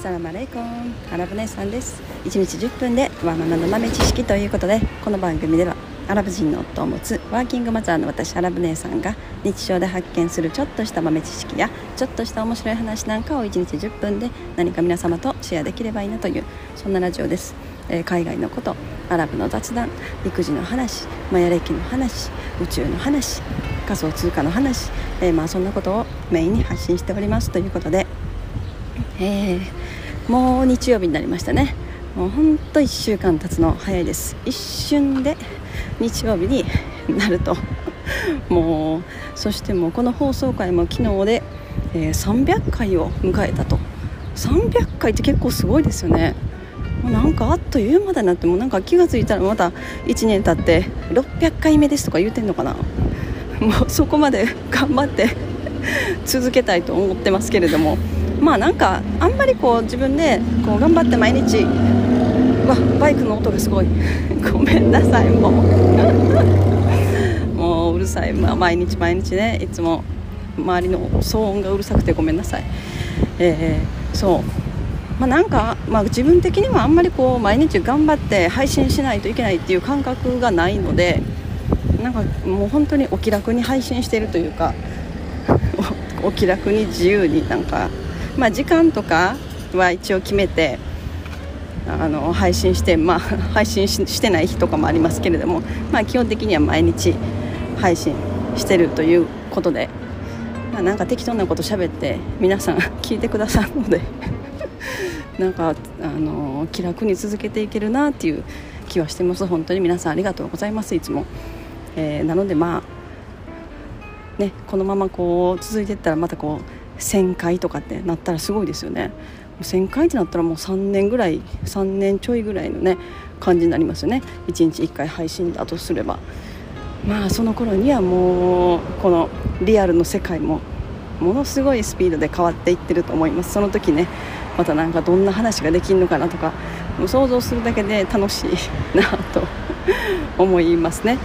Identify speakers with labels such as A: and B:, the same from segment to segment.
A: サラムアレイコン、アラブ姉さんです。1日10分でワーママの豆知識ということで、この番組ではアラブ人の夫を持つワーキングマザーの私アラブ姉さんが日常で発見するちょっとした豆知識やちょっとした面白い話なんかを1日10分で何か皆様とシェアできればいいなという、そんなラジオです。海外のこと、アラブの雑談、育児の話、マヤ歴の話、宇宙の話、仮想通貨の話、そんなことをメインに発信しておりますということで、もう日曜日になりましたね。もうほんと1週間経つの早いです。一瞬で日曜日になるともう、そしてもうこの放送回も昨日で、300回を迎えたと。300回って結構すごいですよね。もうなんかあっという間だなって、もうなんか気がついたらまた1年経って600回目ですとか言うてんのかな。もうそこまで頑張って続けたいと思ってますけれども、なんかあんまりこう自分でこう頑張って毎日、バイクの音がすごいごめんなさい、もううるさい、毎日ね、いつも周りの騒音がうるさくてごめんなさい。なんか、自分的にはあんまりこう毎日頑張って配信しないといけないっていう感覚がないので、なんかもう本当にお気楽に配信しているというかお気楽に自由になんか、時間とかは一応決めて配信して、配信 してない日とかもありますけれども、基本的には毎日配信してるということで、なんか適当なこと喋って皆さん聞いてくださるのでなんか気楽に続けていけるなっていう気はしてます。本当に皆さんありがとうございます、いつも。なのでこのままこう続いていったらまたこう1000回とかってなったらすごいですよね。1000回ってなったらもう3年ちょいぐらいのね感じになりますよね。1日1回配信だとすれば、その頃にはもうこのリアルの世界もものすごいスピードで変わっていってると思います。その時ね、またなんかどんな話ができるのかなとか、もう想像するだけで楽しいなと思いますね。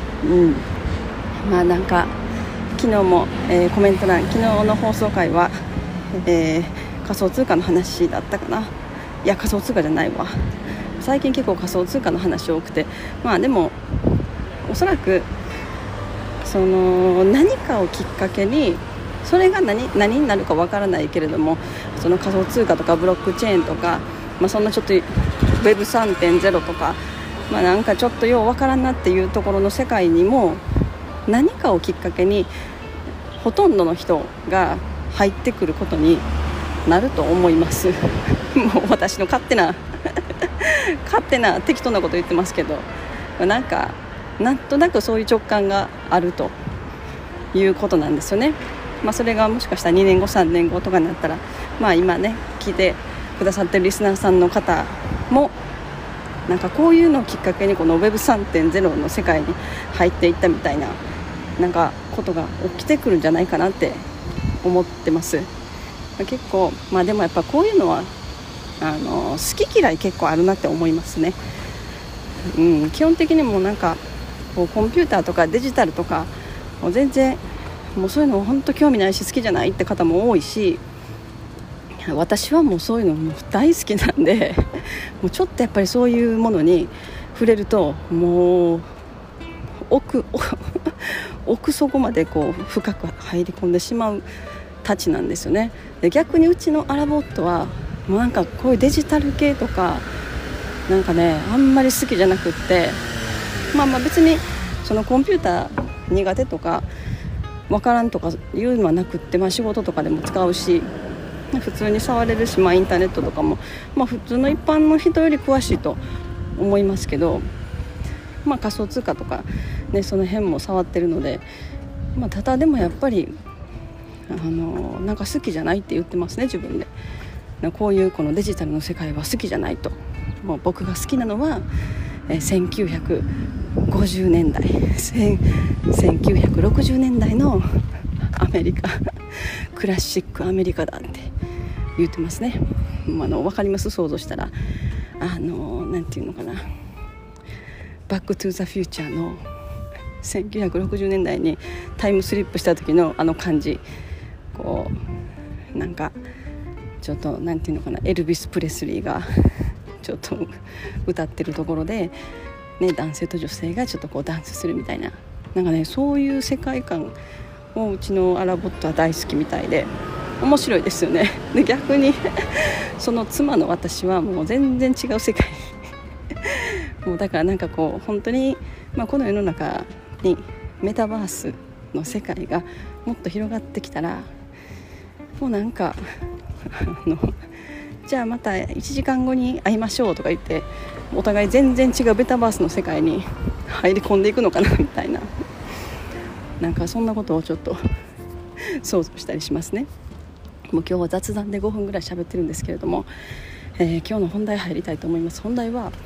A: なんか昨日も、コメント欄、昨日の放送回は、仮想通貨の話だったかな。いや、仮想通貨じゃないわ。最近結構仮想通貨の話多くて、でもおそらくその何かをきっかけに、それが何になるかわからないけれども、その仮想通貨とかブロックチェーンとか、そんなちょっと Web3.0 とか、なんかちょっとようわからんなっていうところの世界にも、何かをきっかけにほとんどの人が入ってくることになると思いますもう私の勝手な適当なこと言ってますけど、なんとなくそういう直感があるということなんですよね。それがもしかしたら2年後3年後とかになったら、今ね聞いてくださってるリスナーさんの方もなんかこういうのをきっかけにこの Web3.0 の世界に入っていったみたいな、なんかことが起きてくるんじゃないかなって思ってます。結構でもやっぱこういうのは好き嫌い結構あるなって思いますね。基本的にもなんかこうコンピューターとかデジタルとかもう全然もうそういうの本当興味ないし好きじゃないって方も多いし、私はもうそういうのも大好きなんでもうちょっとやっぱりそういうものに触れるともう奥底までこう深く入り込んでしまうたちなんですよね。で逆にうちのアラボットはもうなんかこういうデジタル系とかなんかねあんまり好きじゃなくって、別にそのコンピューター苦手とかわからんとかいうのはなくって、仕事とかでも使うし普通に触れるし、インターネットとかも、普通の一般の人より詳しいと思いますけど、仮想通貨とか、その辺も触ってるので、ただでもやっぱりなんか好きじゃないって言ってますね、自分で。こういうこのデジタルの世界は好きじゃないと。もう僕が好きなのは1950年代1960年代のアメリカクラシックアメリカだって言ってますね。分かります？想像したらなんていうのかな、バックトゥーザフューチャーの1960年代にタイムスリップした時の感じ、こうなんかちょっとなんていうのかな、エルビス・プレスリーがちょっと歌ってるところで、ね、男性と女性がちょっとこうダンスするみたいな、なんかね、そういう世界観をうちのアラボットは大好きみたいで面白いですよね。で逆にその妻の私はもう全然違う世界もうだからなんかこう本当に、この世の中にメタバースの世界がもっと広がってきたら、もうなんかじゃあまた1時間後に会いましょうとか言ってお互い全然違うメタバースの世界に入り込んでいくのかなみたいな、なんかそんなことをちょっと想像したりしますね。もう今日は雑談で5分ぐらい喋ってるんですけれども、今日の本題入りたいと思います。本題は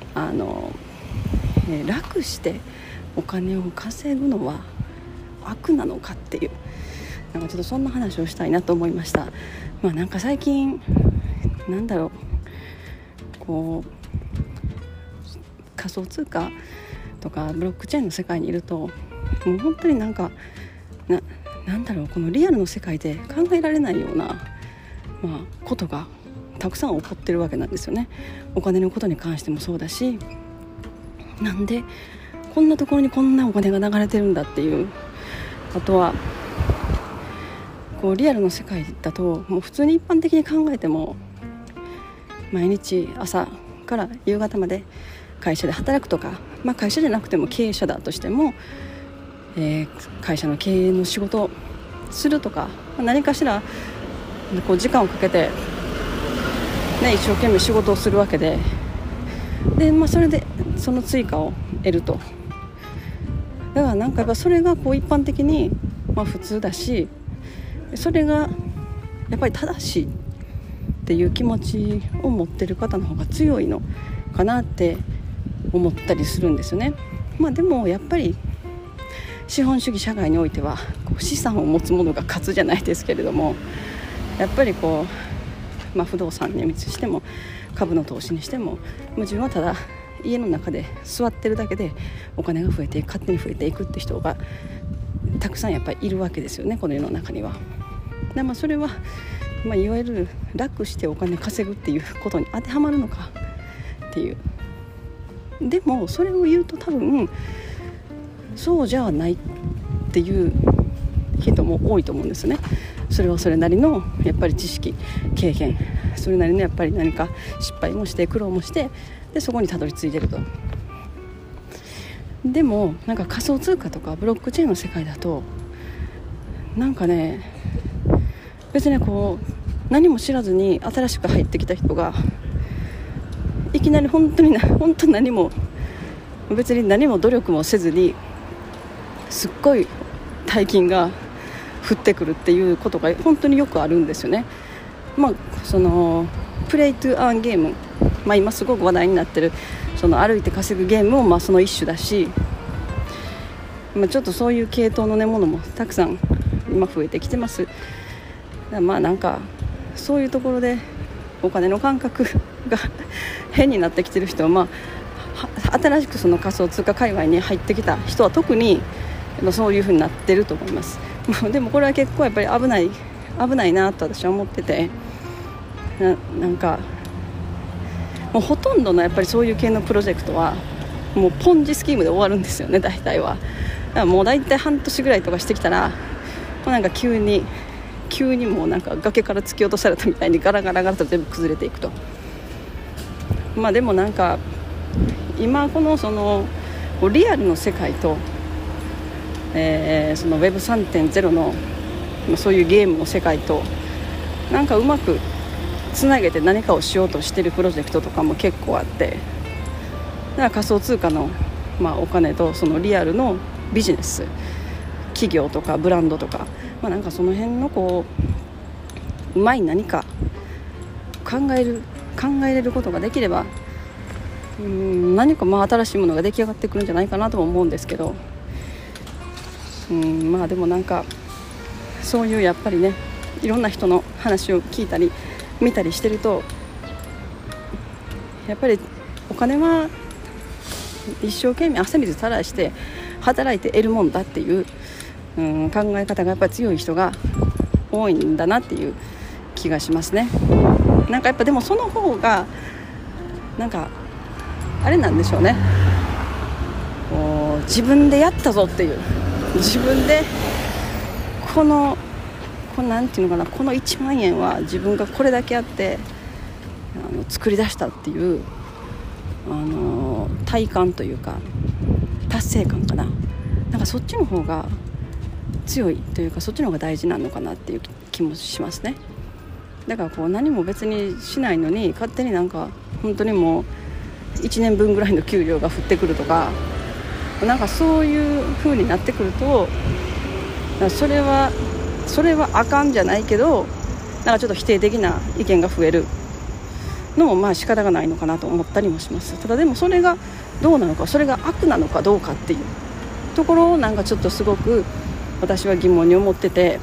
A: 楽してお金を稼ぐのは悪なのかっていう、なんかちょっとそんな話をしたいなと思いました。なんか最近なんだろう、こう仮想通貨とかブロックチェーンの世界にいると、もう本当になんかなんだろう、このリアルの世界で考えられないような、ことがたくさん起こってるわけなんですよね。お金のことに関してもそうだし、なんでこんなところにこんなお金が流れてるんだっていう、あとはこうリアルの世界だともう普通に一般的に考えても毎日朝から夕方まで会社で働くとか、会社じゃなくても経営者だとしても、会社の経営の仕事をするとか、何かしらこう時間をかけて、一生懸命仕事をするわけで、それでその追加を得ると。だからなんかやっぱそれがこう一般的に普通だし、それがやっぱり正しいっていう気持ちを持ってる方の方が強いのかなって思ったりするんですよね。でもやっぱり資本主義社会においてはこう資産を持つ者が勝つじゃないですけれども、やっぱりこう、不動産にしても株の投資にしても、自分はただ家の中で座ってるだけでお金が勝手に増えていくって人がたくさんやっぱりいるわけですよね、この世の中には。それは、いわゆる楽してお金稼ぐっていうことに当てはまるのかっていう。でもそれを言うと多分そうじゃないっていう人も多いと思うんですね。それはそれなりのやっぱり知識経験、それなりのやっぱり何か失敗もして苦労もして、でそこにたどり着いてると。でもなんか仮想通貨とかブロックチェーンの世界だとなんかね、別にこう何も知らずに新しく入ってきた人がいきなり本当に何も別に何も努力もせずにすっごい大金が降ってくるっていうことが本当によくあるんですよね。そのプレイトゥアーンゲーム、今すごく話題になってるその歩いて稼ぐゲームもその一種だし、ちょっとそういう系統のものもたくさん今増えてきてます。なんかそういうところでお金の感覚が変になってきてる人は、新しくその仮想通貨界隈に入ってきた人は特にそういう風になってると思います。でもこれは結構やっぱり危ないなと私は思ってて、なんかもうほとんどのやっぱりそういう系のプロジェクトはもうポンジスキームで終わるんですよね、大体は。だからもう大体半年ぐらいとかしてきたら、もうなんか急にもうなんか崖から突き落とされたみたいにガラガラと全部崩れていくと。でもなんか今このそのリアルの世界と、その Web3.0 のそういうゲームの世界となんかうまくつなげて何かをしようとしているプロジェクトとかも結構あって、だから仮想通貨の、お金とそのリアルのビジネス企業とかブランドとか、なんかその辺のこううまい何か考えれることができれば、何か新しいものが出来上がってくるんじゃないかなとも思うんですけど、でもなんかそういうやっぱりね、いろんな人の話を聞いたり見たりしてると、やっぱりお金は一生懸命汗水垂らして働いて得るもんだっていう、考え方がやっぱり強い人が多いんだなっていう気がしますね。なんかやっぱでもその方がなんかあれなんでしょうね、こう自分でやったぞっていう、自分でこのなんていうのかな、この1万円は自分がこれだけやって作り出したっていう体感というか達成感かな、なんかそっちの方が強いというか、そっちの方が大事なのかなっていう気もしますね。だからこう何も別にしないのに勝手になんか本当にもう1年分ぐらいの給料が降ってくるとか、なんかそういう風になってくると、それはあかんじゃないけど、なんかちょっと否定的な意見が増えるのもまあ仕方がないのかなと思ったりもします。ただでもそれがどうなのか、それが悪なのかどうかっていうところをなんかちょっとすごく私は疑問に思ってて、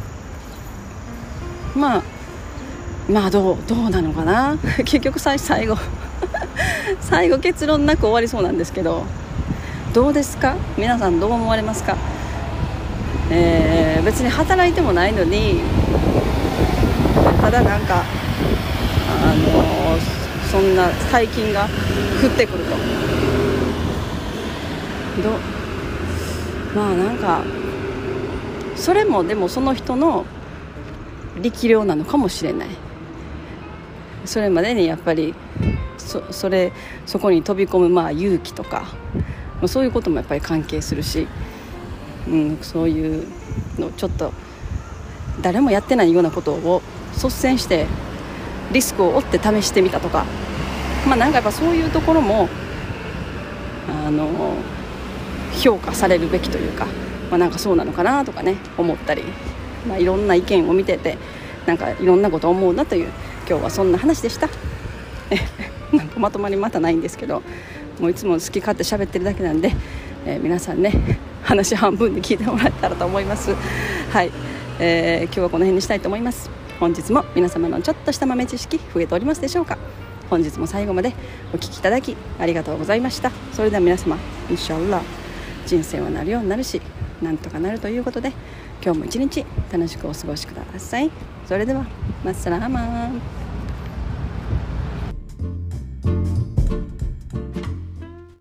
A: まあどうなのかな結局最後結論なく終わりそうなんですけど、どうですか皆さん、どう思われますか？別に働いてもないのに、ただなんかそんな大金が降ってくると、まあなんかそれもでもその人の力量なのかもしれない。それまでにやっぱりそこに飛び込むまあ勇気とか、そういうこともやっぱり関係するし、そういうのちょっと誰もやってないようなことを率先してリスクを負って試してみたとか、なんかやっぱそういうところも評価されるべきというか、なんかそうなのかなとかね思ったり、いろんな意見を見ててなんかいろんなことを思うなという、今日はそんな話でしたなんかまとまりまたないんですけど、もういつも好き勝手喋ってるだけなんで、皆さんね話半分で聞いてもらえたらと思います。はい、今日はこの辺にしたいと思います。本日も皆様のちょっとした豆知識増えておりますでしょうか？本日も最後までお聞きいただきありがとうございました。それでは皆様、インシャアラ、人生はなるようになるし、なんとかなるということで、今日も一日楽しくお過ごしください。それではマッサラーマン。